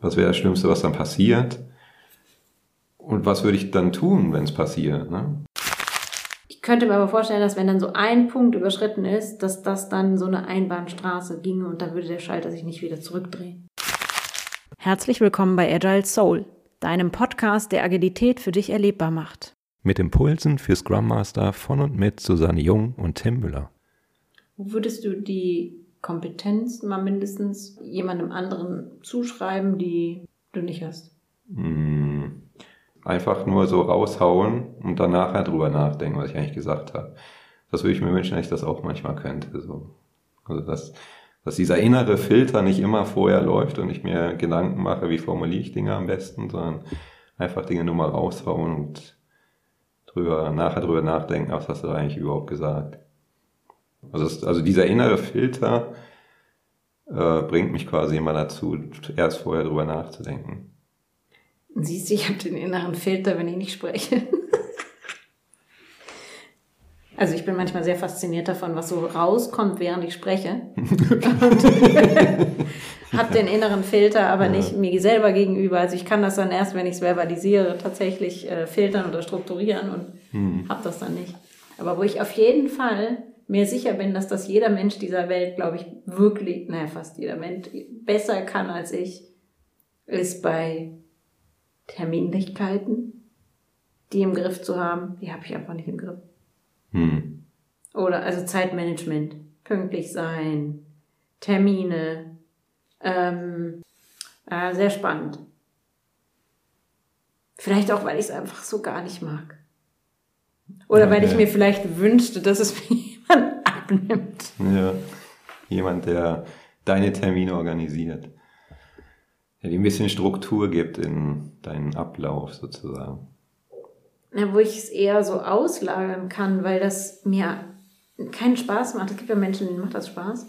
Was wäre das Schlimmste, was dann passiert? Und was würde ich dann tun, wenn es passiert? Ne? Ich könnte mir aber vorstellen, dass wenn dann so ein Punkt überschritten ist, dass das dann so eine Einbahnstraße ginge und dann würde der Schalter sich nicht wieder zurückdrehen. Herzlich willkommen bei Agile Soul, deinem Podcast, der Agilität für dich erlebbar macht. Mit Impulsen für Scrum Master von und mit Susanne Jung und Tim Müller. Wo würdest du die Kompetenz mal mindestens jemandem anderen zuschreiben, die du nicht hast? Einfach nur so raushauen und dann nachher drüber nachdenken, was ich eigentlich gesagt habe. Das würde ich mir wünschen, dass ich das auch manchmal könnte. So. Also dass dieser innere Filter nicht immer vorher läuft und ich mir Gedanken mache, wie formuliere ich Dinge am besten, sondern einfach Dinge nur mal raushauen und nachher drüber nachdenken, was hast du da eigentlich überhaupt gesagt. Also dieser innere Filter bringt mich quasi immer dazu, erst vorher drüber nachzudenken. Siehst du, ich habe den inneren Filter, wenn ich nicht spreche. Also ich bin manchmal sehr fasziniert davon, was so rauskommt, während ich spreche. Und habe den inneren Filter aber nicht mir selber gegenüber. Also ich kann das dann erst, wenn ich es verbalisiere, tatsächlich filtern oder strukturieren und habe das dann nicht. Aber wo ich auf jeden Fall mir sicher bin, dass das jeder Mensch dieser Welt, glaube ich, wirklich, fast jeder Mensch besser kann als ich, ist bei Terminlichkeiten, die im Griff zu haben, die habe ich einfach nicht im Griff. Oder also Zeitmanagement, pünktlich sein, Termine, sehr spannend. Vielleicht auch, weil ich es einfach so gar nicht mag. Oder weil ich mir vielleicht wünschte, dass es mir jemand abnimmt. Ja, jemand, der deine Termine organisiert. Der dir ein bisschen Struktur gibt in deinen Ablauf sozusagen. Ja, wo ich es eher so auslagern kann, weil das mir keinen Spaß macht. Es gibt ja Menschen, denen macht das Spaß.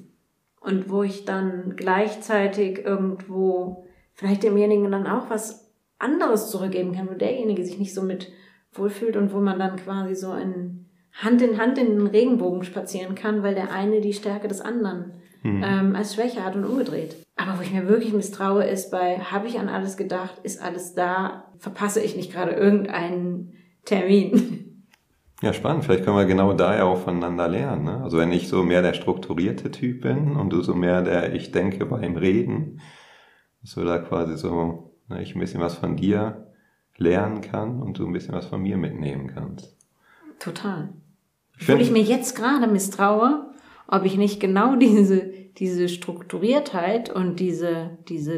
Und wo ich dann gleichzeitig irgendwo vielleicht demjenigen dann auch was anderes zurückgeben kann, wo derjenige sich nicht so mit wohlfühlt und wo man dann quasi so Hand in den Regenbogen spazieren kann, weil der eine die Stärke des anderen als Schwäche hat und umgedreht. Aber wo ich mir wirklich misstraue, ist habe ich an alles gedacht, ist alles da, verpasse ich nicht gerade irgendeinen Termin. Ja, spannend. Vielleicht können wir genau da ja auch voneinander lernen. Ne? Also wenn ich so mehr der strukturierte Typ bin und du so mehr der ich denke beim Reden, dass du da quasi so ich ein bisschen was von dir lernen kann und du ein bisschen was von mir mitnehmen kannst. Total. Obwohl ich mir jetzt gerade misstraue, ob ich nicht genau diese Strukturiertheit und diese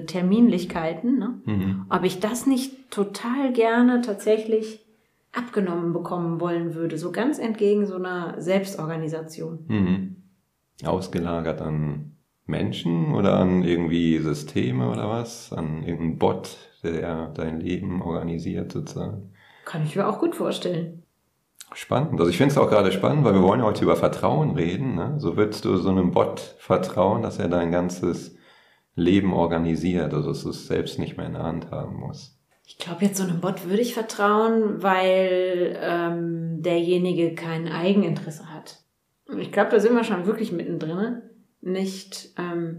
Terminlichkeiten, ob ich das nicht total gerne tatsächlich abgenommen bekommen wollen würde, so ganz entgegen so einer Selbstorganisation. Ausgelagert an Menschen oder an irgendwie Systeme oder was? An irgendeinen Bot, der dein Leben organisiert sozusagen? Kann ich mir auch gut vorstellen. Spannend. Also ich finde es auch gerade spannend, weil wir wollen ja heute über Vertrauen reden. Ne? So würdest du so einem Bot vertrauen, dass er dein ganzes Leben organisiert, also dass du es selbst nicht mehr in der Hand haben musst. Ich glaube, jetzt so einem Bot würde ich vertrauen, weil derjenige kein Eigeninteresse hat. Ich glaube, da sind wir schon wirklich mittendrin. Nicht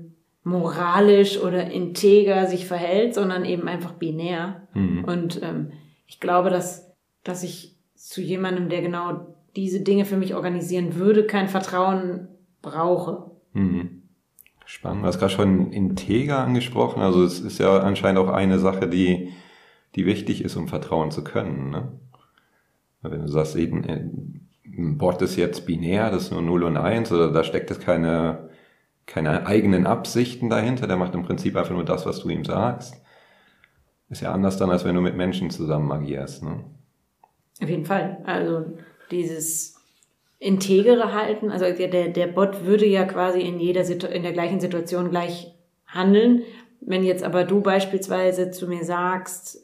moralisch oder integer sich verhält, sondern eben einfach binär. Und ich glaube, dass ich zu jemandem, der genau diese Dinge für mich organisieren würde, kein Vertrauen brauche. Spannend. Du hast gerade schon integer angesprochen. Also es ist ja anscheinend auch eine Sache, die wichtig ist, um vertrauen zu können. Ne? Wenn du sagst, ein Bot ist jetzt binär, das ist nur 0 und 1, oder da steckt es keine eigenen Absichten dahinter, der macht im Prinzip einfach nur das, was du ihm sagst. Ist ja anders dann, als wenn du mit Menschen zusammen agierst. Ne? Auf jeden Fall. Also dieses integere Halten, also der Bot würde ja quasi in der gleichen Situation gleich handeln. Wenn jetzt aber du beispielsweise zu mir sagst,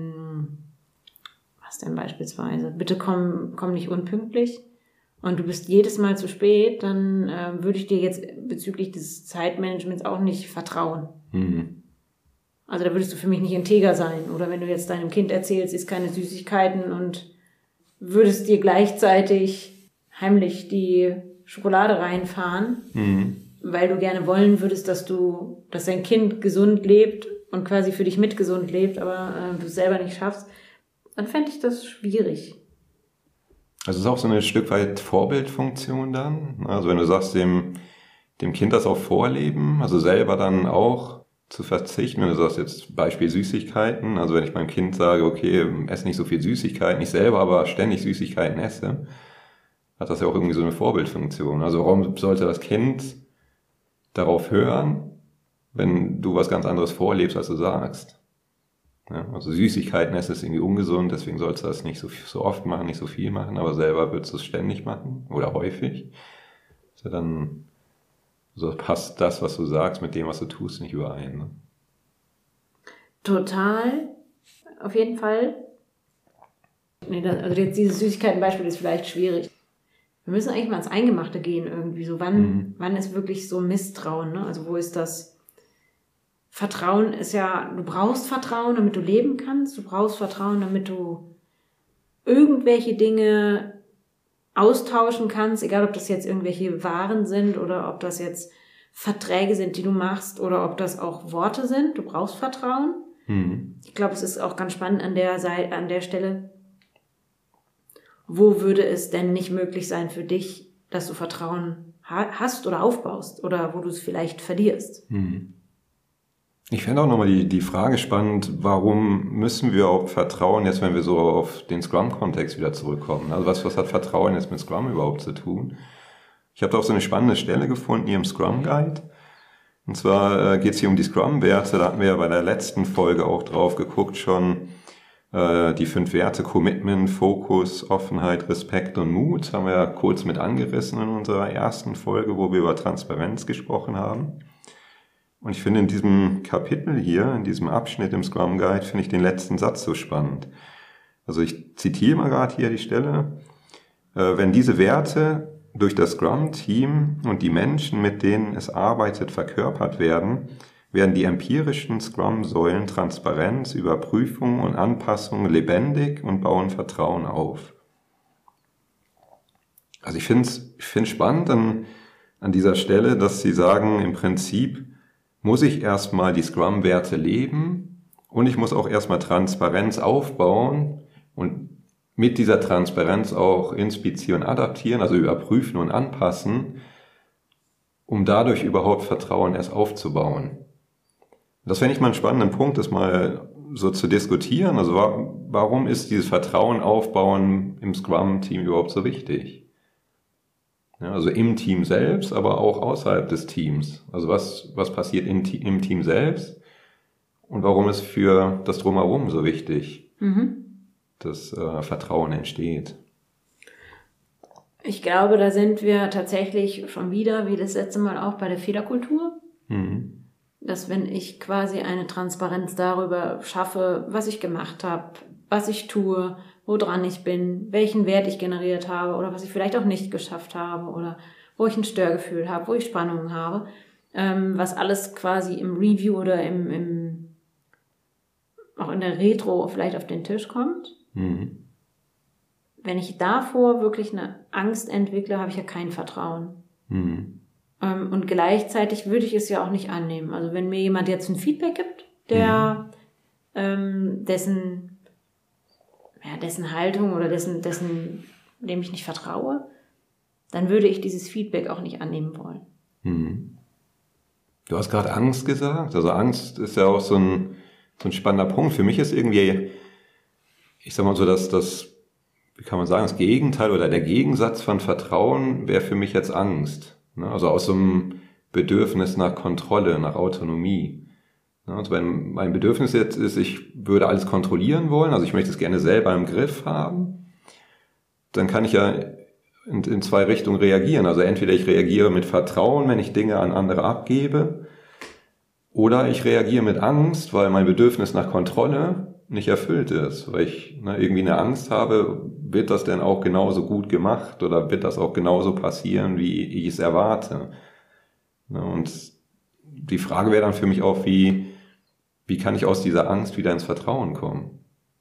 was denn beispielsweise, bitte komm nicht unpünktlich und du bist jedes Mal zu spät, dann würde ich dir jetzt bezüglich des Zeitmanagements auch nicht vertrauen. Also da würdest du für mich nicht integer sein. Oder wenn du jetzt deinem Kind erzählst, isst keine Süßigkeiten und würdest dir gleichzeitig heimlich die Schokolade reinfahren, weil du gerne wollen würdest, dass dein Kind gesund lebt, und quasi für dich mit gesund lebt, aber du es selber nicht schaffst, dann fände ich das schwierig. Also es ist auch so ein Stück weit Vorbildfunktion dann. Also wenn du sagst, dem Kind das auch vorleben, also selber dann auch zu verzichten. Wenn du sagst jetzt Beispiel Süßigkeiten, also wenn ich meinem Kind sage, okay, ess nicht so viel Süßigkeiten, ich selber aber ständig Süßigkeiten esse, hat das ja auch irgendwie so eine Vorbildfunktion. Also warum sollte das Kind darauf hören, wenn du was ganz anderes vorlebst, als du sagst? Ja, also Süßigkeiten essen ist irgendwie ungesund, deswegen sollst du das nicht so oft machen, nicht so viel machen, aber selber würdest du es ständig machen oder häufig. Ist ja dann, also passt das, was du sagst, mit dem, was du tust, nicht überein. Ne? Total, auf jeden Fall. Nee, also jetzt dieses Süßigkeitenbeispiel ist vielleicht schwierig. Wir müssen eigentlich mal ins Eingemachte gehen irgendwie. So wann ist wirklich so Misstrauen? Ne? Also wo ist das? Vertrauen ist ja, du brauchst Vertrauen, damit du leben kannst. Du brauchst Vertrauen, damit du irgendwelche Dinge austauschen kannst, egal ob das jetzt irgendwelche Waren sind oder ob das jetzt Verträge sind, die du machst oder ob das auch Worte sind. Du brauchst Vertrauen. Ich glaube, es ist auch ganz spannend an der Stelle, wo würde es denn nicht möglich sein für dich, dass du Vertrauen hast oder aufbaust oder wo du es vielleicht verlierst. Ich fände auch nochmal die Frage spannend, warum müssen wir auch Vertrauen, jetzt wenn wir so auf den Scrum-Kontext wieder zurückkommen? Also was hat Vertrauen jetzt mit Scrum überhaupt zu tun? Ich habe da auch so eine spannende Stelle gefunden hier im Scrum-Guide. Und zwar geht es hier um die Scrum-Werte. Da hatten wir ja bei der letzten Folge auch drauf geguckt schon. Die 5 Werte Commitment, Fokus, Offenheit, Respekt und Mut haben wir ja kurz mit angerissen in unserer ersten Folge, wo wir über Transparenz gesprochen haben. Und ich finde in diesem Kapitel hier, in diesem Abschnitt im Scrum Guide, finde ich den letzten Satz so spannend. Also ich zitiere mal gerade hier die Stelle. Wenn diese Werte durch das Scrum-Team und die Menschen, mit denen es arbeitet, verkörpert werden die empirischen Scrum-Säulen Transparenz, Überprüfung und Anpassung lebendig und bauen Vertrauen auf. Also ich finde es spannend an dieser Stelle, dass sie sagen, im Prinzip muss ich erstmal die Scrum-Werte leben und ich muss auch erstmal Transparenz aufbauen und mit dieser Transparenz auch inspizieren, adaptieren, also überprüfen und anpassen, um dadurch überhaupt Vertrauen erst aufzubauen. Das fände ich mal einen spannenden Punkt, das mal so zu diskutieren. Also warum ist dieses Vertrauen aufbauen im Scrum-Team überhaupt so wichtig? Ja, also im Team selbst, aber auch außerhalb des Teams. Also was passiert im Team selbst und warum ist für das Drumherum so wichtig, dass Vertrauen entsteht? Ich glaube, da sind wir tatsächlich schon wieder, wie das letzte Mal auch, bei der Fehlerkultur. Dass wenn ich quasi eine Transparenz darüber schaffe, was ich gemacht habe, was ich tue, woran ich bin, welchen Wert ich generiert habe oder was ich vielleicht auch nicht geschafft habe oder wo ich ein Störgefühl habe, wo ich Spannungen habe, was alles quasi im Review oder auch in der Retro vielleicht auf den Tisch kommt. Wenn ich davor wirklich eine Angst entwickle, habe ich ja kein Vertrauen. Und gleichzeitig würde ich es ja auch nicht annehmen. Also wenn mir jemand jetzt ein Feedback gibt, dessen Haltung oder dem ich nicht vertraue, dann würde ich dieses Feedback auch nicht annehmen wollen. Du hast gerade Angst gesagt. Also Angst ist ja auch so ein spannender Punkt. Für mich ist irgendwie, ich sag mal so, wie kann man sagen, das Gegenteil oder der Gegensatz von Vertrauen wäre für mich jetzt Angst. Also aus so einem Bedürfnis nach Kontrolle, nach Autonomie. Also wenn mein Bedürfnis jetzt ist, ich würde alles kontrollieren wollen, also ich möchte es gerne selber im Griff haben, dann kann ich ja in 2 Richtungen reagieren. Also entweder ich reagiere mit Vertrauen, wenn ich Dinge an andere abgebe, oder ich reagiere mit Angst, weil mein Bedürfnis nach Kontrolle nicht erfüllt ist, weil ich irgendwie eine Angst habe, wird das denn auch genauso gut gemacht oder wird das auch genauso passieren, wie ich es erwarte? Und die Frage wäre dann für mich auch, wie kann ich aus dieser Angst wieder ins Vertrauen kommen?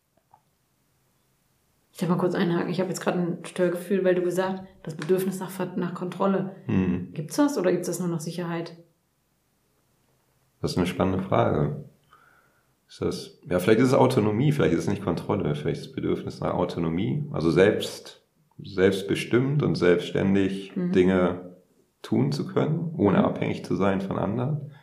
Ich darf mal kurz einhaken. Ich habe jetzt gerade ein Störgefühl, weil du gesagt hast, das Bedürfnis nach Kontrolle. Gibt's das oder gibt es das nur nach Sicherheit? Das ist eine spannende Frage. Vielleicht ist es Autonomie, vielleicht ist es nicht Kontrolle, vielleicht ist das Bedürfnis nach Autonomie, also selbstbestimmt und selbstständig Dinge tun zu können, ohne abhängig zu sein von anderen.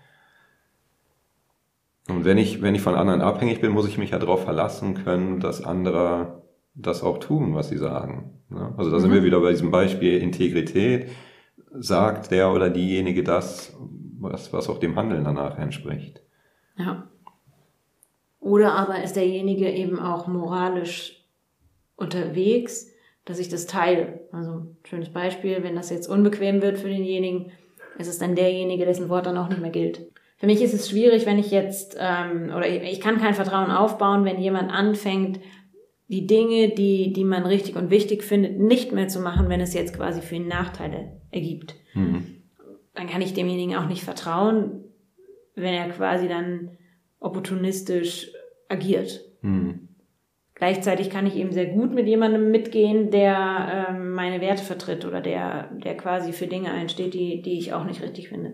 Und wenn ich von anderen abhängig bin, muss ich mich ja darauf verlassen können, dass andere das auch tun, was sie sagen. Also da sind wir wieder bei diesem Beispiel Integrität. Sagt der oder diejenige das, was auch dem Handeln danach entspricht. Ja. Oder aber ist derjenige eben auch moralisch unterwegs, dass ich das teile. Also schönes Beispiel, wenn das jetzt unbequem wird für denjenigen, ist es dann derjenige, dessen Wort dann auch nicht mehr gilt. Für mich ist es schwierig, wenn ich jetzt, oder ich kann kein Vertrauen aufbauen, wenn jemand anfängt, die Dinge, die man richtig und wichtig findet, nicht mehr zu machen, wenn es jetzt quasi für ihn Nachteile ergibt. Dann kann ich demjenigen auch nicht vertrauen, wenn er quasi dann opportunistisch agiert. Gleichzeitig kann ich eben sehr gut mit jemandem mitgehen, der meine Werte vertritt oder der quasi für Dinge einsteht, die ich auch nicht richtig finde.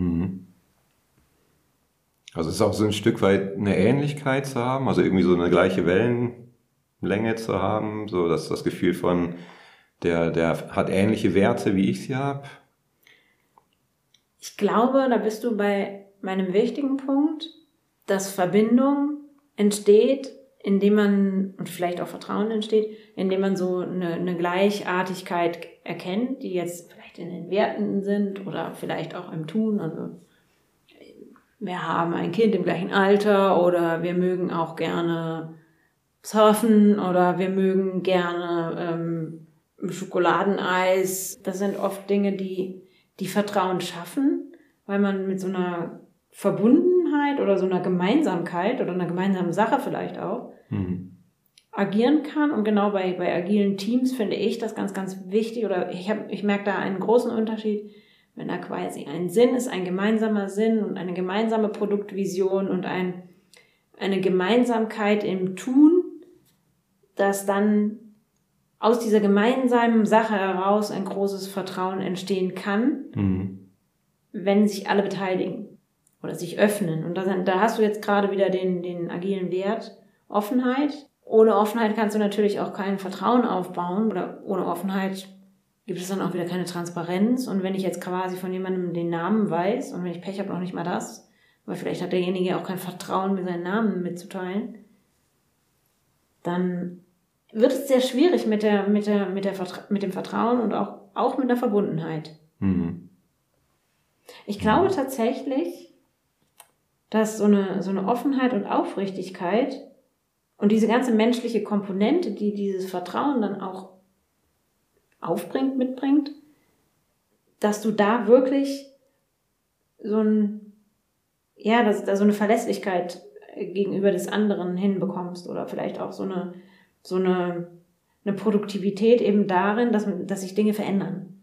Also es ist auch so ein Stück weit eine Ähnlichkeit zu haben, also irgendwie so eine gleiche Wellenlänge zu haben, so dass das Gefühl von, der hat ähnliche Werte, wie ich sie habe. Ich glaube, da bist du bei meinem wichtigen Punkt, dass Verbindung entsteht, indem man, und vielleicht auch Vertrauen entsteht, indem man so eine Gleichartigkeit erkennt, die jetzt vielleicht in den Werten sind oder vielleicht auch im Tun. Also wir haben ein Kind im gleichen Alter oder wir mögen auch gerne surfen oder wir mögen gerne Schokoladeneis. Das sind oft Dinge, die Vertrauen schaffen, weil man mit so einer Verbundenheit oder so einer Gemeinsamkeit oder einer gemeinsamen Sache vielleicht auch agieren kann. Und genau bei agilen Teams finde ich das ganz, ganz wichtig, oder ich merke da einen großen Unterschied, wenn da quasi ein Sinn ist, ein gemeinsamer Sinn und eine gemeinsame Produktvision und eine Gemeinsamkeit im Tun, dass dann aus dieser gemeinsamen Sache heraus ein großes Vertrauen entstehen kann, wenn sich alle beteiligen oder sich öffnen. Und da hast du jetzt gerade wieder den agilen Wert Offenheit. Ohne Offenheit kannst du natürlich auch kein Vertrauen aufbauen, oder ohne Offenheit gibt es dann auch wieder keine Transparenz. Und wenn ich jetzt quasi von jemandem den Namen weiß und wenn ich Pech habe, noch nicht mal das, weil vielleicht hat derjenige auch kein Vertrauen, mir seinen Namen mitzuteilen, dann wird es sehr schwierig mit dem Vertrauen und auch mit der Verbundenheit. Ich glaube tatsächlich, dass so eine Offenheit und Aufrichtigkeit und diese ganze menschliche Komponente, die dieses Vertrauen dann auch mitbringt, dass du da wirklich dass da so eine Verlässlichkeit gegenüber des anderen hinbekommst oder vielleicht auch so eine Produktivität eben darin, dass sich Dinge verändern.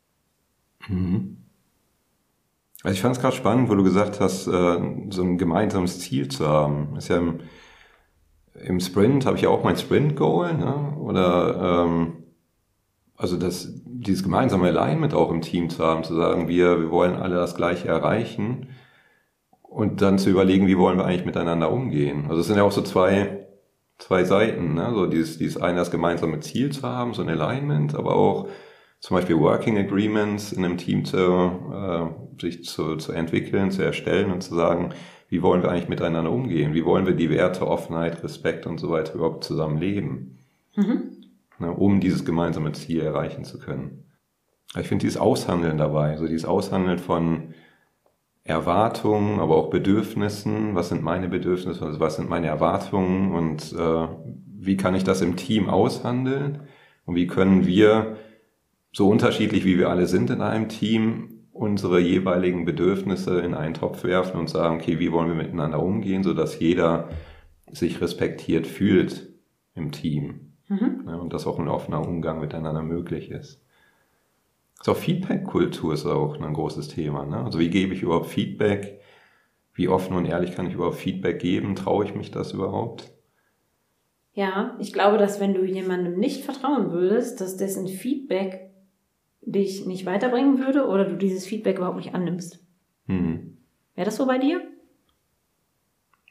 Also ich fand es gerade spannend, wo du gesagt hast, so ein gemeinsames Ziel zu haben. Ist ja im Sprint habe ich ja auch mein Sprint-Goal, ne? Oder also dieses gemeinsame Alignment auch im Team zu haben, zu sagen, wir wollen alle das Gleiche erreichen und dann zu überlegen, wie wollen wir eigentlich miteinander umgehen. Also es sind ja auch so zwei Seiten, ne? So dieses eine, das gemeinsame Ziel zu haben, so ein Alignment, aber auch zum Beispiel Working Agreements in einem Team sich zu entwickeln, zu erstellen und zu sagen, wie wollen wir eigentlich miteinander umgehen? Wie wollen wir die Werte, Offenheit, Respekt und so weiter überhaupt zusammen leben? Ne, um dieses gemeinsame Ziel erreichen zu können. Ich finde dieses Aushandeln dabei, so dieses Aushandeln von Erwartungen, aber auch Bedürfnissen. Was sind meine Bedürfnisse, also was sind meine Erwartungen und wie kann ich das im Team aushandeln? Und wie können wir, so unterschiedlich wie wir alle sind in einem Team, unsere jeweiligen Bedürfnisse in einen Topf werfen und sagen, okay, wie wollen wir miteinander umgehen, sodass jeder sich respektiert fühlt im Team. Ja, und dass auch ein offener Umgang miteinander möglich ist. So, Feedback-Kultur ist auch ein großes Thema. Ne? Also wie gebe ich überhaupt Feedback? Wie offen und ehrlich kann ich überhaupt Feedback geben? Traue ich mich das überhaupt? Ja, ich glaube, dass wenn du jemandem nicht vertrauen würdest, dass dessen Feedback dich nicht weiterbringen würde oder du dieses Feedback überhaupt nicht annimmst. Wäre das so bei dir?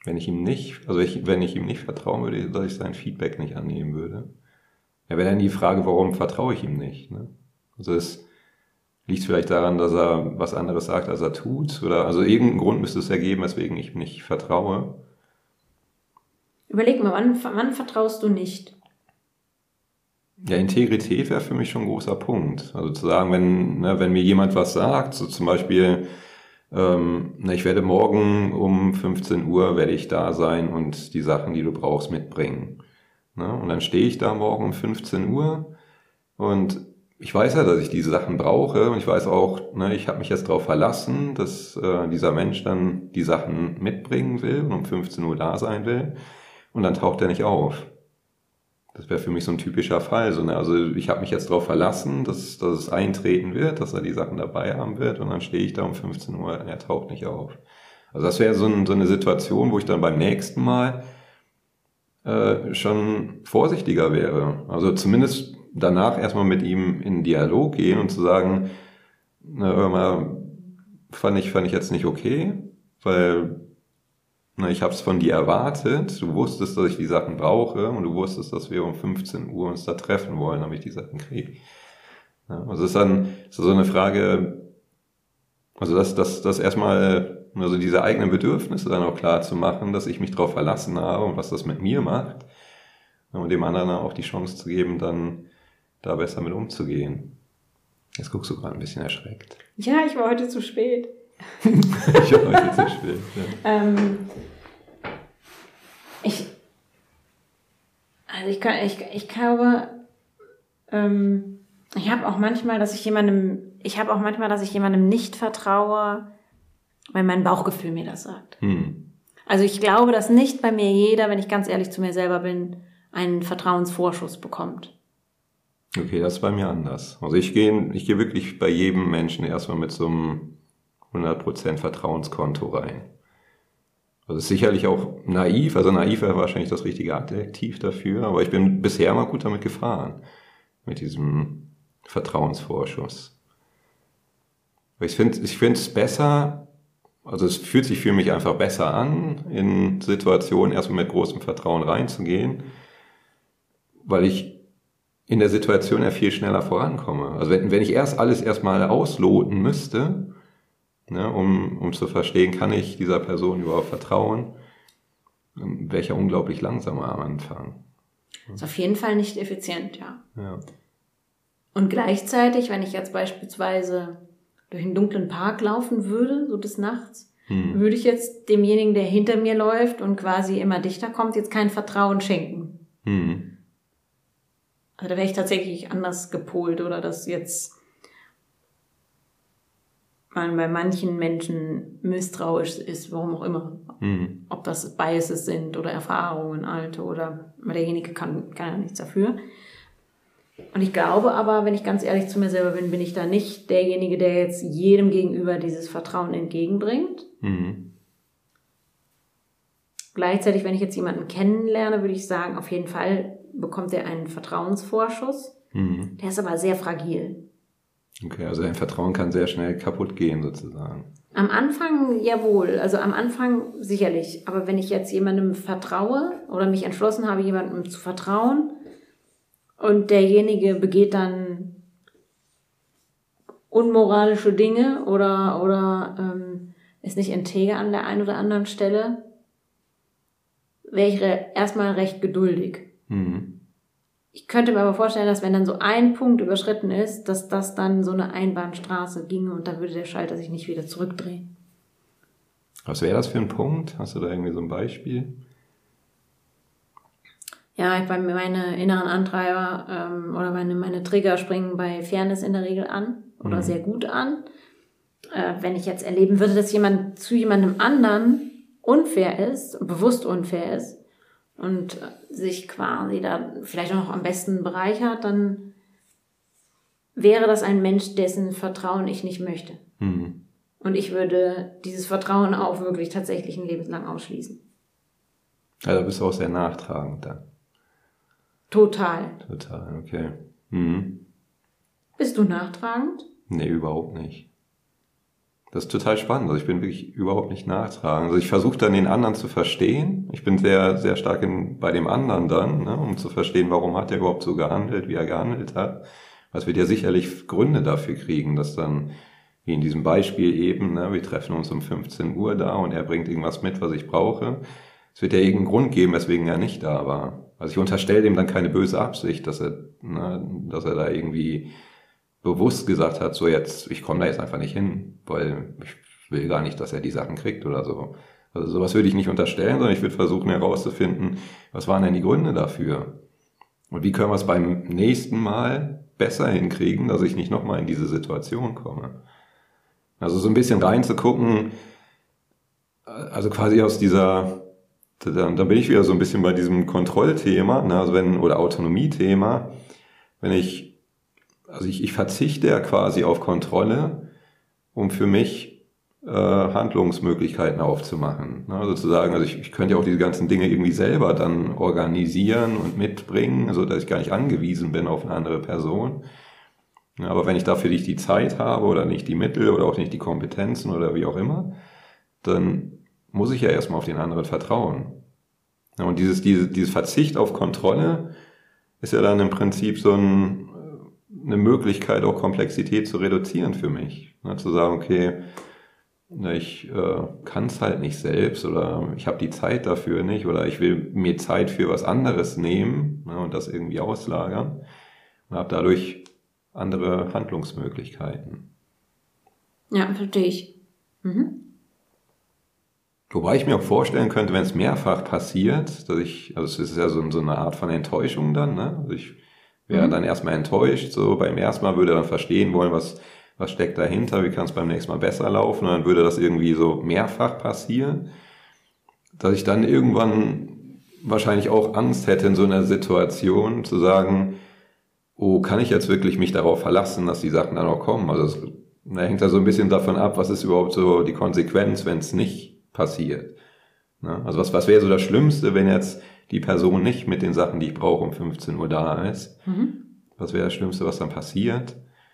wenn ich ihm nicht vertrauen würde, dass ich sein Feedback nicht annehmen würde. Ja, wäre dann die Frage, warum vertraue ich ihm nicht? Ne? Also es liegt vielleicht daran, dass er was anderes sagt, als er tut. Oder also irgendeinen Grund müsste es ja geben, weswegen ich ihm nicht vertraue. Überleg mal, wann vertraust du nicht? Ja, Integrität wäre für mich schon ein großer Punkt. Also zu sagen, wenn mir jemand was sagt, so zum Beispiel, ich werde morgen um 15 Uhr werde ich da sein und die Sachen, die du brauchst, mitbringen. Ne? Und dann stehe ich da morgen um 15 Uhr und ich weiß ja, dass ich diese Sachen brauche und ich weiß auch, ich habe mich jetzt darauf verlassen, dass dieser Mensch dann die Sachen mitbringen will und um 15 Uhr da sein will und dann taucht er nicht auf. Das wäre für mich so ein typischer Fall. Also ich habe mich jetzt darauf verlassen, dass es eintreten wird, dass er die Sachen dabei haben wird und dann stehe ich da um 15 Uhr und er taucht nicht auf. Also das wäre so eine Situation, wo ich dann beim nächsten Mal schon vorsichtiger wäre. Also zumindest danach erstmal mit ihm in Dialog gehen und zu sagen, fand ich jetzt nicht okay, weil ich habe es von dir erwartet, du wusstest, dass ich die Sachen brauche und du wusstest, dass wir um 15 Uhr uns da treffen wollen, damit ich die Sachen kriege. Ja, also es ist dann so eine Frage, also das erstmal, also diese eigenen Bedürfnisse dann auch klar zu machen, dass ich mich darauf verlassen habe und was das mit mir macht und dem anderen auch die Chance zu geben, dann da besser mit umzugehen. Jetzt guckst du gerade ein bisschen erschreckt. Ja, ich war heute zu spät. Ich war heute zu spät, ja. Ich glaube, ich habe auch manchmal, dass ich jemandem nicht vertraue, weil mein Bauchgefühl mir das sagt. Also ich glaube, dass nicht bei mir jeder, wenn ich ganz ehrlich zu mir selber bin, einen Vertrauensvorschuss bekommt. Okay, das ist bei mir anders. Also ich gehe wirklich bei jedem Menschen erstmal mit so einem 100% Vertrauenskonto rein. Also ist sicherlich auch naiv, also naiv wäre wahrscheinlich das richtige Adjektiv dafür, aber ich bin bisher mal gut damit gefahren, mit diesem Vertrauensvorschuss. Ich finde es besser, also es fühlt sich für mich einfach besser an, in Situationen erstmal mit großem Vertrauen reinzugehen, weil ich in der Situation ja viel schneller vorankomme. Also wenn ich alles erstmal ausloten müsste, um zu verstehen, kann ich dieser Person überhaupt vertrauen, wäre ich ja unglaublich langsamer am Anfang. Ist auf jeden Fall nicht effizient, ja. Ja. Und gleichzeitig, wenn ich jetzt beispielsweise durch einen dunklen Park laufen würde, so des Nachts, würde ich jetzt demjenigen, der hinter mir läuft und quasi immer dichter kommt, jetzt kein Vertrauen schenken. Also da wäre ich tatsächlich anders gepolt oder dass jetzt man bei manchen Menschen misstrauisch ist, warum auch immer. Ob das Biases sind oder Erfahrungen, alte oder derjenige kann ja nichts dafür. Und ich glaube aber, wenn ich ganz ehrlich zu mir selber bin, bin ich da nicht derjenige, der jetzt jedem gegenüber dieses Vertrauen entgegenbringt. Gleichzeitig, wenn ich jetzt jemanden kennenlerne, würde ich sagen, auf jeden Fall bekommt er einen Vertrauensvorschuss. Der ist aber sehr fragil. Okay, also dein Vertrauen kann sehr schnell kaputt gehen sozusagen. Am Anfang jawohl, also am Anfang sicherlich. Aber wenn ich jetzt jemandem vertraue oder mich entschlossen habe, jemandem zu vertrauen und derjenige begeht dann unmoralische Dinge oder ist nicht integer an der einen oder anderen Stelle, wäre ich erstmal recht geduldig. Ich könnte mir aber vorstellen, dass wenn dann so ein Punkt überschritten ist, dass das dann so eine Einbahnstraße ginge und dann würde der Schalter sich nicht wieder zurückdrehen. Was wäre das für ein Punkt? Hast du da irgendwie so ein Beispiel? Ja, bei mir meine inneren Antreiber oder meine Trigger springen bei Fairness in der Regel an oder sehr gut an. Wenn ich jetzt erleben würde, dass jemand zu jemandem anderen unfair ist, bewusst unfair ist, und sich quasi da vielleicht auch noch am besten bereichert, dann wäre das ein Mensch, dessen Vertrauen ich nicht möchte. Und ich würde dieses Vertrauen auch wirklich tatsächlich ein Lebenslang ausschließen. Also bist du auch sehr nachtragend dann. Total, okay. Bist du nachtragend? Nee, überhaupt nicht. Das ist total spannend. Also ich bin wirklich überhaupt nicht nachtragend. Also ich versuche dann den anderen zu verstehen. Ich bin sehr, sehr stark bei dem anderen dann, ne, um zu verstehen, warum hat er überhaupt so gehandelt, wie er gehandelt hat. Was wird ja sicherlich Gründe dafür kriegen, dass dann, wie in diesem Beispiel eben, ne, wir treffen uns um 15 Uhr da und er bringt irgendwas mit, was ich brauche. Es wird ja irgendeinen Grund geben, weswegen er nicht da war. Also ich unterstelle dem dann keine böse Absicht, dass er da irgendwie bewusst gesagt hat, so jetzt, ich komme da jetzt einfach nicht hin, weil ich will gar nicht, dass er die Sachen kriegt oder so. Also sowas würde ich nicht unterstellen, sondern ich würde versuchen herauszufinden, was waren denn die Gründe dafür? Und wie können wir es beim nächsten Mal besser hinkriegen, dass ich nicht nochmal in diese Situation komme? Also so ein bisschen reinzugucken, also quasi aus dieser, da bin ich wieder so ein bisschen bei diesem Kontrollthema, ne, also oder Autonomiethema, wenn ich verzichte ja quasi auf Kontrolle, um für mich Handlungsmöglichkeiten aufzumachen. Ne? Sozusagen, also ich könnte ja auch diese ganzen Dinge irgendwie selber dann organisieren und mitbringen, so dass ich gar nicht angewiesen bin auf eine andere Person. Ja, aber wenn ich dafür nicht die Zeit habe oder nicht die Mittel oder auch nicht die Kompetenzen oder wie auch immer, dann muss ich ja erstmal auf den anderen vertrauen. Ja, und dieses Verzicht auf Kontrolle ist ja dann im Prinzip so eine Möglichkeit, auch Komplexität zu reduzieren für mich. Ne, zu sagen, okay, ich kann es halt nicht selbst oder ich habe die Zeit dafür nicht oder ich will mir Zeit für was anderes nehmen, ne, und das irgendwie auslagern und habe dadurch andere Handlungsmöglichkeiten. Ja, verstehe ich. Mhm. Wobei ich mir auch vorstellen könnte, wenn es mehrfach passiert, also es ist ja so eine Art von Enttäuschung dann, ne? Also ich wäre dann erstmal enttäuscht, so beim ersten Mal würde er dann verstehen wollen, was steckt dahinter, wie kann es beim nächsten Mal besser laufen, und dann würde das irgendwie so mehrfach passieren, dass ich dann irgendwann wahrscheinlich auch Angst hätte in so einer Situation zu sagen, oh, kann ich jetzt wirklich mich darauf verlassen, dass die Sachen dann auch kommen? Also da hängt ja so ein bisschen davon ab, was ist überhaupt so die Konsequenz, wenn es nicht passiert. Ne? Also was wäre so das Schlimmste, wenn jetzt die Person nicht mit den Sachen, die ich brauche, um 15 Uhr da ist? Was wäre das Schlimmste, was dann passiert?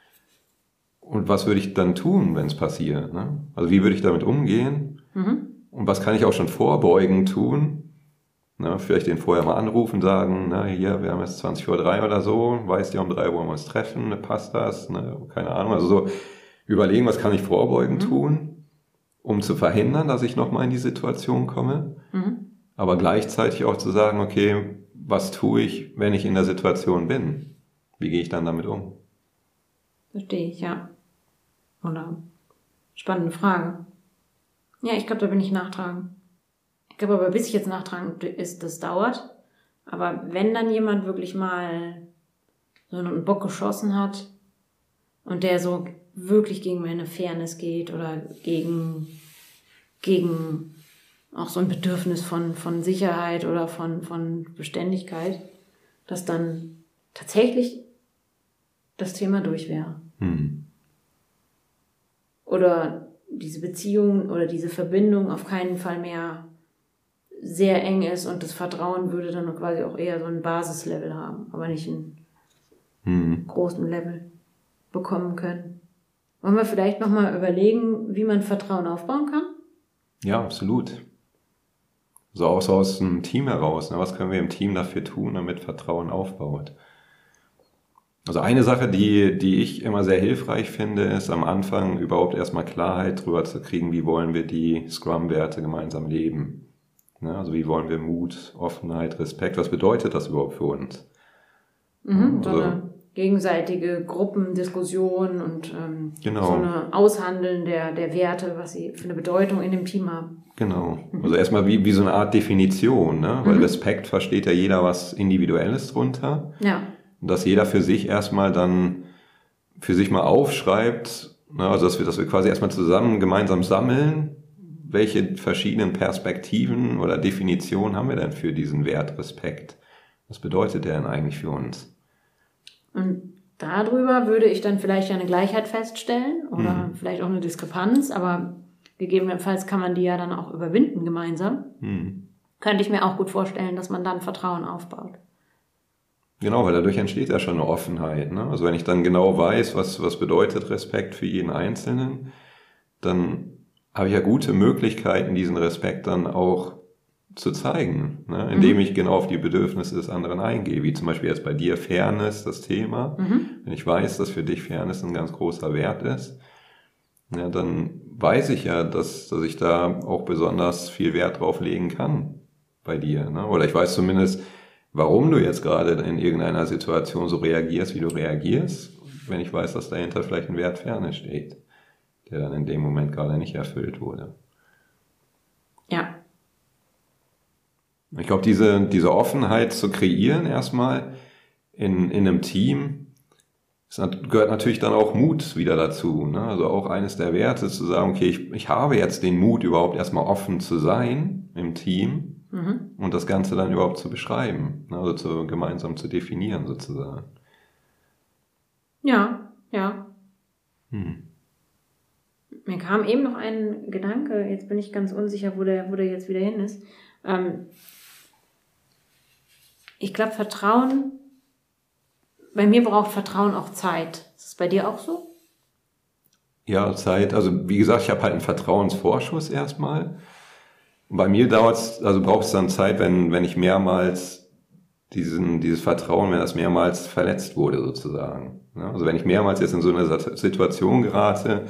Und was würde ich dann tun, wenn es passiert? Ne? Also wie würde ich damit umgehen? Und was kann ich auch schon vorbeugend tun? Na, vielleicht den vorher mal anrufen, sagen, na hier, wir haben jetzt 20:03 oder so, weißt du, um 3 Uhr wollen wir uns treffen, ne, passt das? Ne, keine Ahnung, also so überlegen, was kann ich vorbeugend tun, um zu verhindern, dass ich nochmal in die Situation komme, aber gleichzeitig auch zu sagen, okay, was tue ich, wenn ich in der Situation bin? Wie gehe ich dann damit um? Verstehe ich, ja. Oder spannende Frage. Ja, ich glaube, da bin ich nachtragend. Ich glaube aber, bis ich jetzt nachtragend ist, das dauert. Aber wenn dann jemand wirklich mal so einen Bock geschossen hat und der so wirklich gegen meine Fairness geht oder gegen auch so ein Bedürfnis von Sicherheit oder von Beständigkeit, dass dann tatsächlich das Thema durch wäre. Oder diese Beziehung oder diese Verbindung auf keinen Fall mehr sehr eng ist und das Vertrauen würde dann quasi auch eher so ein Basislevel haben, aber nicht einen großen Level bekommen können. Wollen wir vielleicht nochmal überlegen, wie man Vertrauen aufbauen kann? Ja, absolut. So auch so aus dem Team heraus. Ne? Was können wir im Team dafür tun, damit Vertrauen aufbaut? Also eine Sache, die ich immer sehr hilfreich finde, ist am Anfang überhaupt erstmal Klarheit drüber zu kriegen, wie wollen wir die Scrum-Werte gemeinsam leben. Ne? Also wie wollen wir Mut, Offenheit, Respekt, was bedeutet das überhaupt für uns? So eine gegenseitige Gruppendiskussion und genau. So eine Aushandeln der Werte, was sie für eine Bedeutung in dem Team haben. Genau. Also erstmal wie so eine Art Definition, ne? Weil Respekt versteht ja jeder was Individuelles drunter. Ja. Und dass jeder für sich erstmal dann für sich mal aufschreibt, ne? Also dass wir quasi erstmal zusammen gemeinsam sammeln, welche verschiedenen Perspektiven oder Definitionen haben wir denn für diesen Wert Respekt? Was bedeutet der denn eigentlich für uns? Und darüber würde ich dann vielleicht eine Gleichheit feststellen oder vielleicht auch eine Diskrepanz, aber gegebenenfalls kann man die ja dann auch überwinden gemeinsam. Könnte ich mir auch gut vorstellen, dass man dann Vertrauen aufbaut. Genau, weil dadurch entsteht ja schon eine Offenheit. Ne? Also wenn ich dann genau weiß, was bedeutet Respekt für jeden Einzelnen, dann habe ich ja gute Möglichkeiten, diesen Respekt dann auch zu zeigen, ne? Indem ich genau auf die Bedürfnisse des anderen eingehe, wie zum Beispiel jetzt bei dir Fairness, das Thema. Wenn ich weiß, dass für dich Fairness ein ganz großer Wert ist, ja, dann weiß ich ja, dass ich da auch besonders viel Wert drauf legen kann bei dir, ne? Oder ich weiß zumindest, warum du jetzt gerade in irgendeiner Situation so reagierst, wie du reagierst, wenn ich weiß, dass dahinter vielleicht ein Wert Fairness steht, der dann in dem Moment gerade nicht erfüllt wurde. Ja. Ich glaube, diese Offenheit zu kreieren erstmal in einem Team, gehört natürlich dann auch Mut wieder dazu, ne? Also auch eines der Werte zu sagen, okay, ich habe jetzt den Mut, überhaupt erstmal offen zu sein im Team und das Ganze dann überhaupt zu beschreiben, ne? Also gemeinsam zu definieren sozusagen. Ja. Mir kam eben noch ein Gedanke, jetzt bin ich ganz unsicher, wo der jetzt wieder hin ist. Ich glaube, Vertrauen, bei mir braucht Vertrauen auch Zeit. Ist es bei dir auch so? Ja, Zeit, also wie gesagt, ich habe halt einen Vertrauensvorschuss erstmal. Und bei mir braucht es dann Zeit, wenn ich mehrmals dieses Vertrauen, wenn das mehrmals verletzt wurde sozusagen. Ja, also wenn ich mehrmals jetzt in so eine Situation gerate,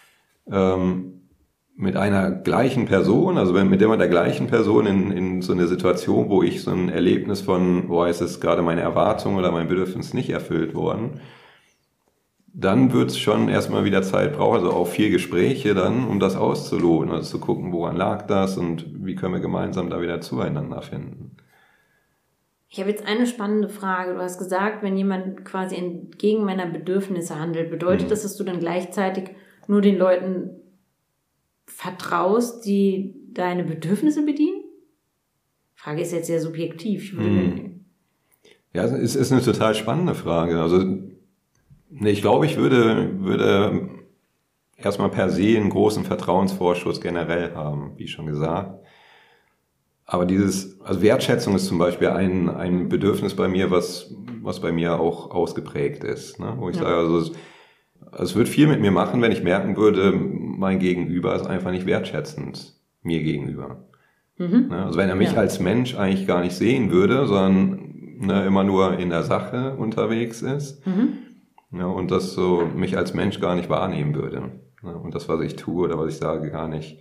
mit einer gleichen Person, also mit immer der gleichen Person in so eine Situation, wo ich so ein Erlebnis von, ist es gerade meine Erwartung oder mein Bedürfnis nicht erfüllt worden, dann wird es schon erstmal wieder Zeit brauchen, also auch viel Gespräche dann, um das auszuloten, also zu gucken, woran lag das und wie können wir gemeinsam da wieder zueinander finden. Ich habe jetzt eine spannende Frage. Du hast gesagt, wenn jemand quasi entgegen meiner Bedürfnisse handelt, bedeutet das, dass du dann gleichzeitig nur den Leuten vertraust, die deine Bedürfnisse bedienen? Die Frage ist jetzt sehr subjektiv. Ja, es ist eine total spannende Frage. Also ich glaube, ich würde erstmal per se einen großen Vertrauensvorschuss generell haben, wie schon gesagt. Aber also Wertschätzung ist zum Beispiel ein Bedürfnis bei mir, was bei mir auch ausgeprägt ist, ne? Wo ich sage, also es wird viel mit mir machen, wenn ich merken würde, mein Gegenüber ist einfach nicht wertschätzend mir gegenüber. Ne? Also wenn er mich als Mensch eigentlich gar nicht sehen würde, sondern immer nur in der Sache unterwegs ist, ja, und das so mich als Mensch gar nicht wahrnehmen würde. Ne? Und das, was ich tue oder was ich sage, gar nicht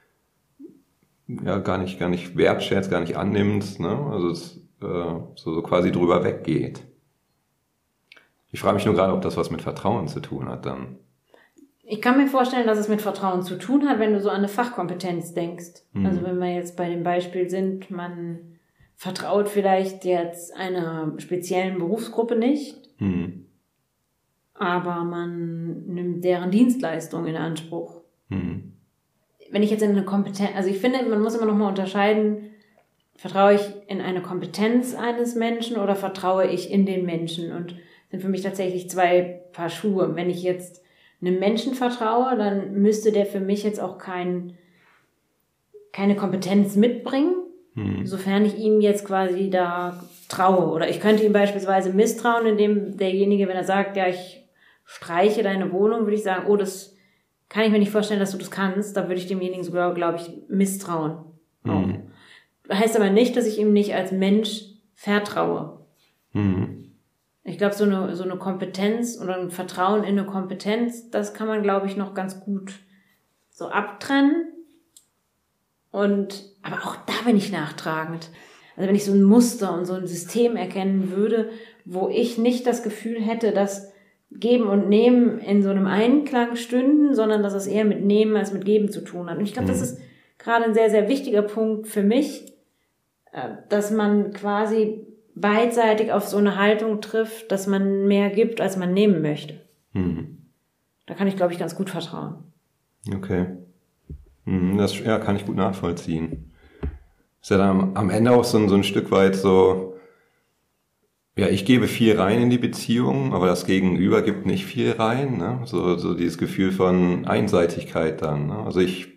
wertschätzt, gar nicht annimmt, ne? Also es so quasi drüber weggeht. Ich frage mich nur gerade, ob das was mit Vertrauen zu tun hat dann. Ich kann mir vorstellen, dass es mit Vertrauen zu tun hat, wenn du so an eine Fachkompetenz denkst. Also wenn wir jetzt bei dem Beispiel sind, man vertraut vielleicht jetzt einer speziellen Berufsgruppe nicht, aber man nimmt deren Dienstleistung in Anspruch. Wenn ich jetzt in eine Kompetenz, also ich finde, man muss immer noch mal unterscheiden, vertraue ich in eine Kompetenz eines Menschen oder vertraue ich in den Menschen? Und sind für mich tatsächlich zwei Paar Schuhe. Wenn ich jetzt einem Menschen vertraue, dann müsste der für mich jetzt auch keine Kompetenz mitbringen, sofern ich ihm jetzt quasi da traue. Oder ich könnte ihm beispielsweise misstrauen, indem derjenige, wenn er sagt, ja, ich streiche deine Wohnung, würde ich sagen, oh, das kann ich mir nicht vorstellen, dass du das kannst. Da würde ich demjenigen sogar, glaube ich, misstrauen. Heißt aber nicht, dass ich ihm nicht als Mensch vertraue. Ich glaube, so eine Kompetenz oder ein Vertrauen in eine Kompetenz, das kann man, glaube ich, noch ganz gut so abtrennen. Aber auch da bin ich nachtragend. Also wenn ich so ein Muster und so ein System erkennen würde, wo ich nicht das Gefühl hätte, dass Geben und Nehmen in so einem Einklang stünden, sondern dass es eher mit Nehmen als mit Geben zu tun hat. Und ich glaube, das ist gerade ein sehr, sehr wichtiger Punkt für mich, dass man quasi beidseitig auf so eine Haltung trifft, dass man mehr gibt, als man nehmen möchte. Da kann ich, glaube ich, ganz gut vertrauen. Okay. Das kann ich gut nachvollziehen. Ist ja dann am Ende auch so ein Stück weit so, ja, ich gebe viel rein in die Beziehung, aber das Gegenüber gibt nicht viel rein, ne? So dieses Gefühl von Einseitigkeit dann, ne? Also ich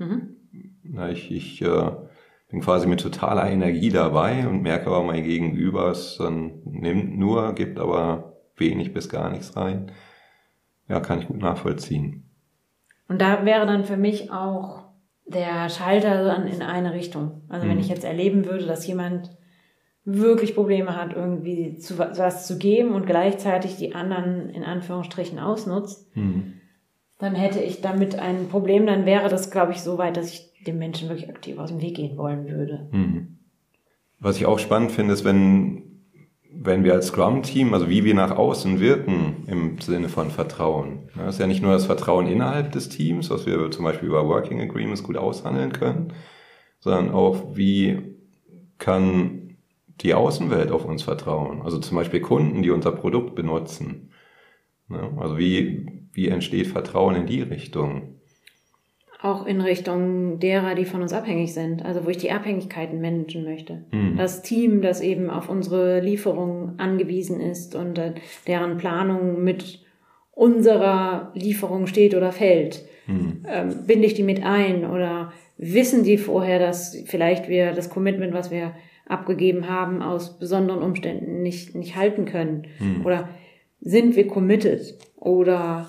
bin quasi mit totaler Energie dabei und merke aber, mein Gegenüber es dann nimmt nur, gibt aber wenig bis gar nichts rein. Ja, kann ich gut nachvollziehen. Und da wäre dann für mich auch der Schalter dann in eine Richtung. Also wenn ich jetzt erleben würde, dass jemand wirklich Probleme hat, irgendwie was zu geben und gleichzeitig die anderen in Anführungsstrichen ausnutzt, dann hätte ich damit ein Problem, dann wäre das, glaube ich, so weit, dass ich dem Menschen wirklich aktiv aus dem Weg gehen wollen würde. Was ich auch spannend finde, ist, wenn wir als Scrum-Team, also wie wir nach außen wirken im Sinne von Vertrauen. Das ist ja nicht nur das Vertrauen innerhalb des Teams, was wir zum Beispiel über Working Agreements gut aushandeln können, sondern auch, wie kann die Außenwelt auf uns vertrauen. Also zum Beispiel Kunden, die unser Produkt benutzen. Also wie entsteht Vertrauen in die Richtung? Auch in Richtung derer, die von uns abhängig sind. Also wo ich die Abhängigkeiten managen möchte. Das Team, das eben auf unsere Lieferung angewiesen ist und deren Planung mit unserer Lieferung steht oder fällt. Binde ich die mit ein oder wissen die vorher, dass vielleicht wir das Commitment, was wir abgegeben haben, aus besonderen Umständen nicht halten können? Oder sind wir committed? Oder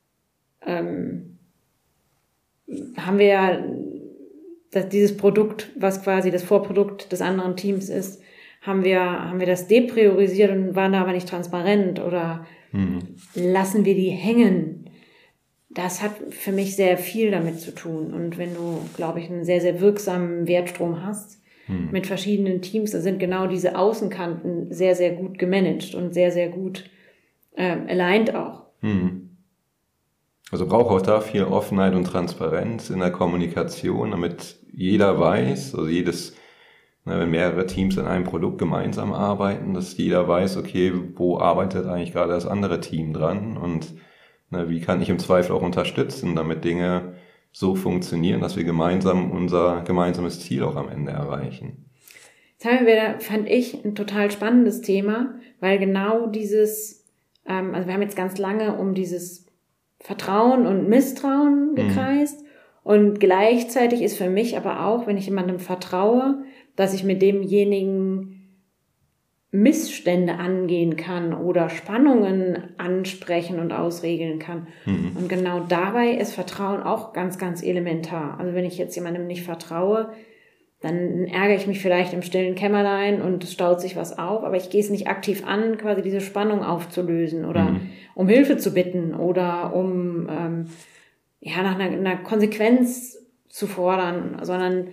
haben wir ja dieses Produkt, was quasi das Vorprodukt des anderen Teams ist, haben wir das depriorisiert und waren da aber nicht transparent oder lassen wir die hängen? Das hat für mich sehr viel damit zu tun. Und wenn du, glaube ich, einen sehr, sehr wirksamen Wertstrom hast mit verschiedenen Teams, da sind genau diese Außenkanten sehr, sehr gut gemanagt und sehr, sehr gut aligned auch. Also braucht auch da viel Offenheit und Transparenz in der Kommunikation, damit jeder weiß, also wenn mehrere Teams an einem Produkt gemeinsam arbeiten, dass jeder weiß, okay, wo arbeitet eigentlich gerade das andere Team dran und wie kann ich im Zweifel auch unterstützen, damit Dinge so funktionieren, dass wir gemeinsam unser gemeinsames Ziel auch am Ende erreichen. Jetzt haben wir da, fand ich, ein total spannendes Thema, weil genau dieses, also wir haben jetzt ganz lange um dieses Vertrauen und Misstrauen gekreist und gleichzeitig ist für mich aber auch, wenn ich jemandem vertraue, dass ich mit demjenigen Missstände angehen kann oder Spannungen ansprechen und ausregeln kann. Und genau dabei ist Vertrauen auch ganz, ganz elementar. Also wenn ich jetzt jemandem nicht vertraue, dann ärgere ich mich vielleicht im stillen Kämmerlein und es staut sich was auf, aber ich gehe es nicht aktiv an, quasi diese Spannung aufzulösen oder um Hilfe zu bitten oder um nach einer Konsequenz zu fordern, sondern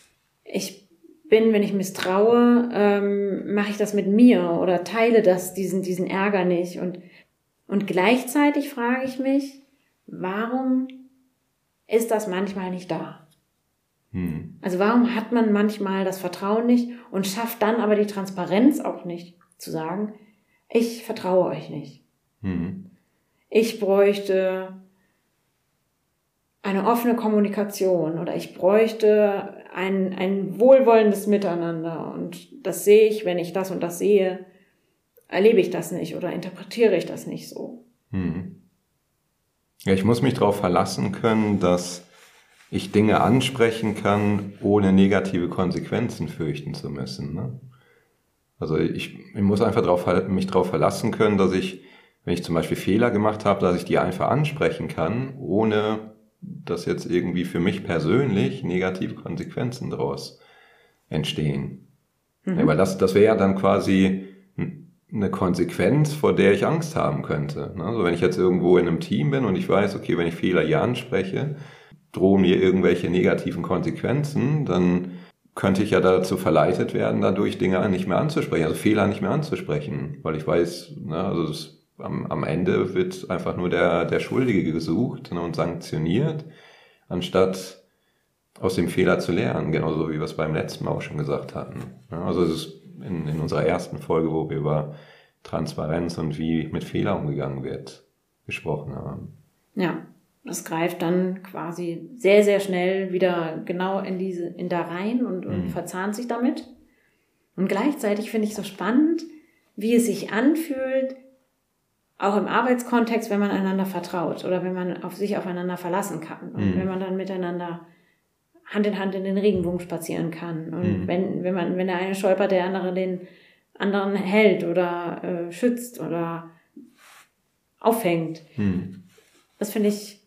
wenn ich misstraue, mache ich das mit mir oder teile diesen Ärger nicht. Und gleichzeitig frage ich mich, warum ist das manchmal nicht da? Also warum hat man manchmal das Vertrauen nicht und schafft dann aber die Transparenz auch nicht, zu sagen, ich vertraue euch nicht. Ich bräuchte eine offene Kommunikation oder ich bräuchte ein wohlwollendes Miteinander und das sehe ich, wenn ich das und das sehe, erlebe ich das nicht oder interpretiere ich das nicht so. Ja, ich muss mich darauf verlassen können, dass ich Dinge ansprechen kann, ohne negative Konsequenzen fürchten zu müssen. Ne? Also ich muss einfach mich darauf verlassen können, dass ich, wenn ich zum Beispiel Fehler gemacht habe, dass ich die einfach ansprechen kann, ohne dass jetzt irgendwie für mich persönlich negative Konsequenzen daraus entstehen. Ja, weil das wäre ja dann quasi eine Konsequenz, vor der ich Angst haben könnte. Also wenn ich jetzt irgendwo in einem Team bin und ich weiß, okay, wenn ich Fehler hier anspreche, drohen mir irgendwelche negativen Konsequenzen, dann könnte ich ja dazu verleitet werden, dadurch Dinge nicht mehr anzusprechen, also Fehler nicht mehr anzusprechen, weil ich weiß, am Ende wird einfach nur der Schuldige gesucht und sanktioniert, anstatt aus dem Fehler zu lernen, genauso wie wir es beim letzten Mal auch schon gesagt hatten. Also es ist in unserer ersten Folge, wo wir über Transparenz und wie mit Fehlern umgegangen wird, gesprochen haben. Ja, das greift dann quasi sehr, sehr schnell wieder genau in da rein und verzahnt sich damit. Und gleichzeitig finde ich so spannend, wie es sich anfühlt, auch im Arbeitskontext, wenn man einander vertraut oder wenn man sich aufeinander verlassen kann und wenn man dann miteinander Hand in Hand in den Regenbogen spazieren kann und wenn der eine stolpert, der andere den anderen hält oder schützt oder auffängt. Das finde ich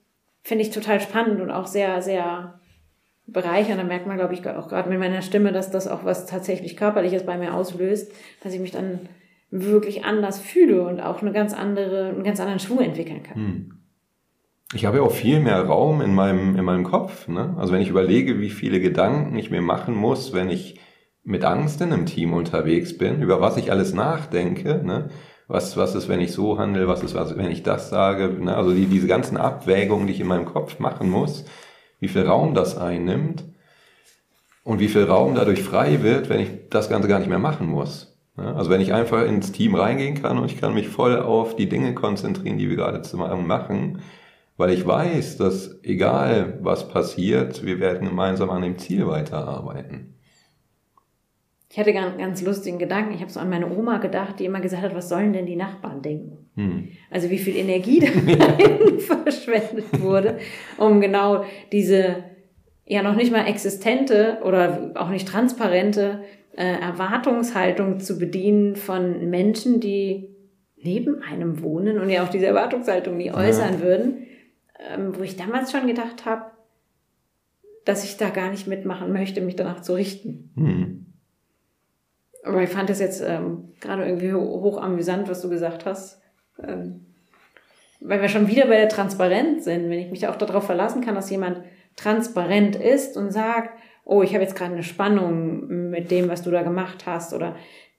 finde ich total spannend und auch sehr, sehr bereichernd. Da merkt man, glaube ich, auch gerade mit meiner Stimme, dass das auch was tatsächlich Körperliches bei mir auslöst, dass ich mich dann wirklich anders fühle und auch einen ganz anderen Schwung entwickeln kann. Ich habe ja auch viel mehr Raum in meinem Kopf, ne? Also wenn ich überlege, wie viele Gedanken ich mir machen muss, wenn ich mit Angst in einem Team unterwegs bin, über was ich alles nachdenke, ne? Was ist, wenn ich so handle, was ist, wenn ich das sage, ne? Also diese ganzen Abwägungen, die ich in meinem Kopf machen muss, wie viel Raum das einnimmt und wie viel Raum dadurch frei wird, wenn ich das Ganze gar nicht mehr machen muss. Ne? Also wenn ich einfach ins Team reingehen kann und ich kann mich voll auf die Dinge konzentrieren, die wir gerade zusammen machen, weil ich weiß, dass egal was passiert, wir werden gemeinsam an dem Ziel weiterarbeiten. Ich hatte einen ganz lustigen Gedanken. Ich habe so an meine Oma gedacht, die immer gesagt hat, was sollen denn die Nachbarn denken? Also wie viel Energie da verschwendet wurde, um genau diese ja noch nicht mal existente oder auch nicht transparente Erwartungshaltung zu bedienen von Menschen, die neben einem wohnen und ja auch diese Erwartungshaltung nie äußern würden, wo ich damals schon gedacht habe, dass ich da gar nicht mitmachen möchte, mich danach zu richten. Aber ich fand das jetzt gerade irgendwie hoch amüsant, was du gesagt hast. Weil wir schon wieder bei der Transparenz sind. Wenn ich mich auch darauf verlassen kann, dass jemand transparent ist und sagt, oh, ich habe jetzt gerade eine Spannung mit dem, was du da gemacht hast. Oder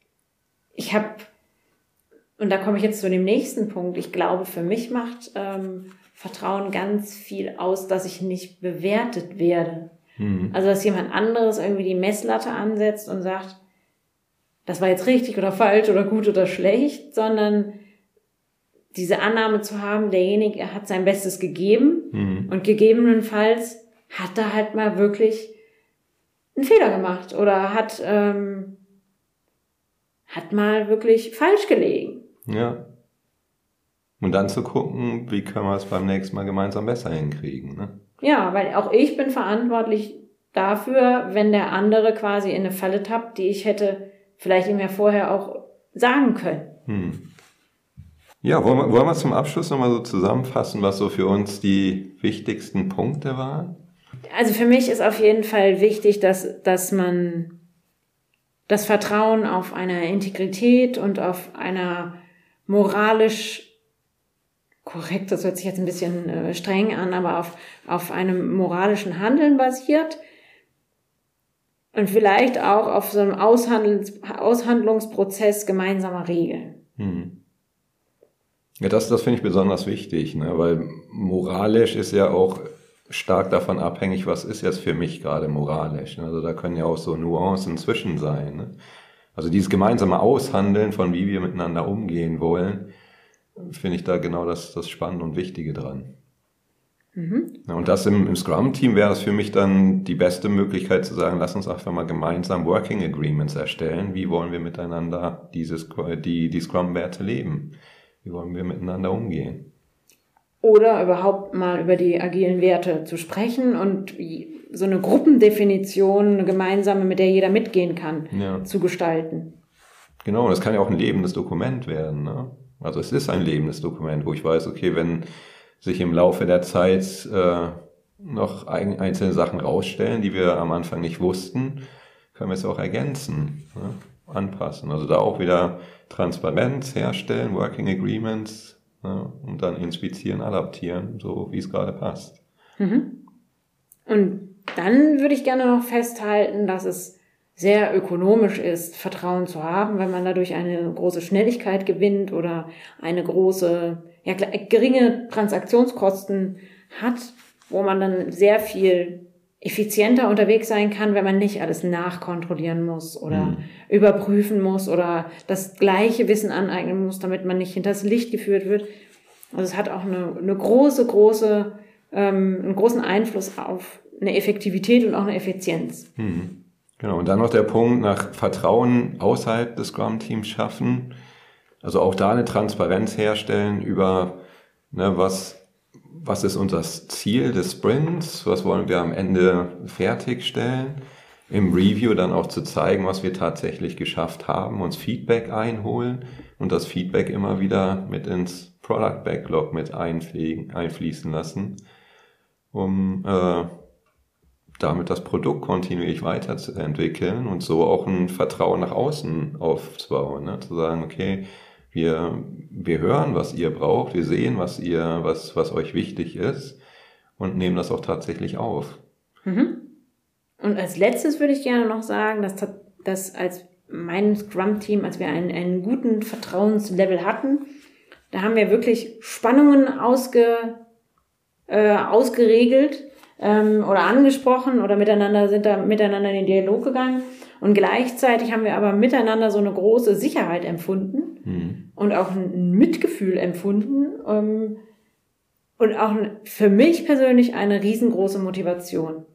und da komme ich jetzt zu dem nächsten Punkt. Ich glaube, für mich macht Vertrauen ganz viel aus, dass ich nicht bewertet werde. Also, dass jemand anderes irgendwie die Messlatte ansetzt und sagt, das war jetzt richtig oder falsch oder gut oder schlecht, sondern diese Annahme zu haben, derjenige hat sein Bestes gegeben und gegebenenfalls hat er halt mal wirklich einen Fehler gemacht oder hat mal wirklich falsch gelegen. Ja. Und dann zu gucken, wie können wir es beim nächsten Mal gemeinsam besser hinkriegen, ne? Ja, weil auch ich bin verantwortlich dafür, wenn der andere quasi in eine Falle tappt, die ich hätte vielleicht ihm ja vorher auch sagen können. Ja, wollen wir zum Abschluss nochmal so zusammenfassen, was so für uns die wichtigsten Punkte waren? Also für mich ist auf jeden Fall wichtig, dass man das Vertrauen auf einer Integrität und auf einer moralisch korrekt, das hört sich jetzt ein bisschen streng an, aber auf einem moralischen Handeln basiert. Und vielleicht auch auf so einem Aushandlungsprozess gemeinsamer Regeln. Ja, das finde ich besonders wichtig, ne? Weil moralisch ist ja auch stark davon abhängig, was ist jetzt für mich gerade moralisch. Ne? Also da können ja auch so Nuancen zwischen sein. Ne? Also dieses gemeinsame Aushandeln von wie wir miteinander umgehen wollen, finde ich da genau das Spannende und Wichtige dran. Ja, und das im Scrum-Team wäre das für mich dann die beste Möglichkeit zu sagen, lass uns einfach mal gemeinsam Working Agreements erstellen. Wie wollen wir miteinander die Scrum-Werte leben? Wie wollen wir miteinander umgehen? Oder überhaupt mal über die agilen Werte zu sprechen und so eine Gruppendefinition, eine gemeinsame, mit der jeder mitgehen kann, zu gestalten. Genau, das kann ja auch ein lebendes Dokument werden, ne? Also es ist ein lebendes Dokument, wo ich weiß, okay, wenn sich im Laufe der Zeit noch einzelne Sachen rausstellen, die wir am Anfang nicht wussten, können wir es auch ergänzen, ne? Anpassen. Also da auch wieder Transparenz herstellen, Working Agreements, ne? Und dann inspizieren, adaptieren, so wie es gerade passt. Und dann würde ich gerne noch festhalten, dass es sehr ökonomisch ist, Vertrauen zu haben, weil man dadurch eine große Schnelligkeit gewinnt oder eine große, geringe Transaktionskosten hat, wo man dann sehr viel effizienter unterwegs sein kann, wenn man nicht alles nachkontrollieren muss oder überprüfen muss oder das gleiche Wissen aneignen muss, damit man nicht hinters Licht geführt wird. Also es hat auch einen großen Einfluss auf eine Effektivität und auch eine Effizienz. Genau, und dann noch der Punkt nach Vertrauen außerhalb des Scrum-Teams schaffen. Also auch da eine Transparenz herstellen über, ne, was ist unser Ziel des Sprints, was wollen wir am Ende fertigstellen. Im Review dann auch zu zeigen, was wir tatsächlich geschafft haben, uns Feedback einholen und das Feedback immer wieder mit ins Product Backlog mit einfließen lassen. um damit das Produkt kontinuierlich weiterzuentwickeln und so auch ein Vertrauen nach außen aufzubauen. Ne? Zu sagen, okay, wir hören, was ihr braucht, wir sehen, was euch wichtig ist und nehmen das auch tatsächlich auf. Mhm. Und als letztes würde ich gerne noch sagen, dass als mein Scrum-Team, als wir einen guten Vertrauenslevel hatten, da haben wir wirklich Spannungen ausgeregelt oder angesprochen oder sind da miteinander in den Dialog gegangen. Und gleichzeitig haben wir aber miteinander so eine große Sicherheit empfunden und auch ein Mitgefühl empfunden und auch für mich persönlich eine riesengroße Motivation.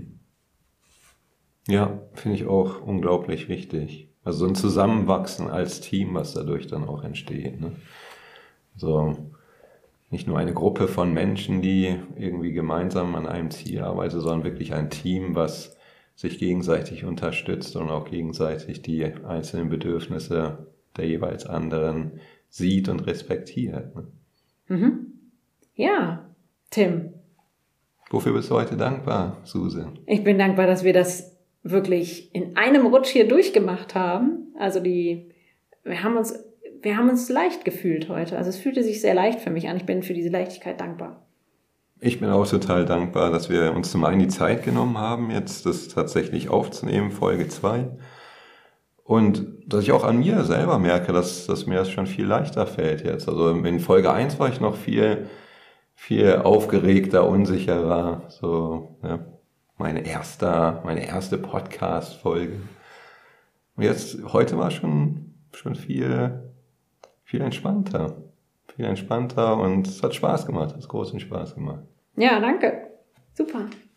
Ja, finde ich auch unglaublich wichtig. Also so ein Zusammenwachsen als Team, was dadurch dann auch entsteht. Ne? So nicht nur eine Gruppe von Menschen, die irgendwie gemeinsam an einem Ziel arbeiten, sondern wirklich ein Team, was sich gegenseitig unterstützt und auch gegenseitig die einzelnen Bedürfnisse der jeweils anderen sieht und respektiert. Ne? Ja, Tim. Wofür bist du heute dankbar, Suse? Ich bin dankbar, dass wir das wirklich in einem Rutsch hier durchgemacht haben. Also wir haben uns leicht gefühlt heute. Also es fühlte sich sehr leicht für mich an. Ich bin für diese Leichtigkeit dankbar. Ich bin auch total dankbar, dass wir uns zum einen die Zeit genommen haben, jetzt das tatsächlich aufzunehmen, Folge 2. Und dass ich auch an mir selber merke, dass mir das schon viel leichter fällt jetzt. Also in Folge 1 war ich noch viel aufgeregter, unsicherer. So, ja, meine erste Podcast-Folge. Und heute war schon viel entspannter. Viel entspannter und es hat Spaß gemacht, es hat großen Spaß gemacht. Ja, danke. Super.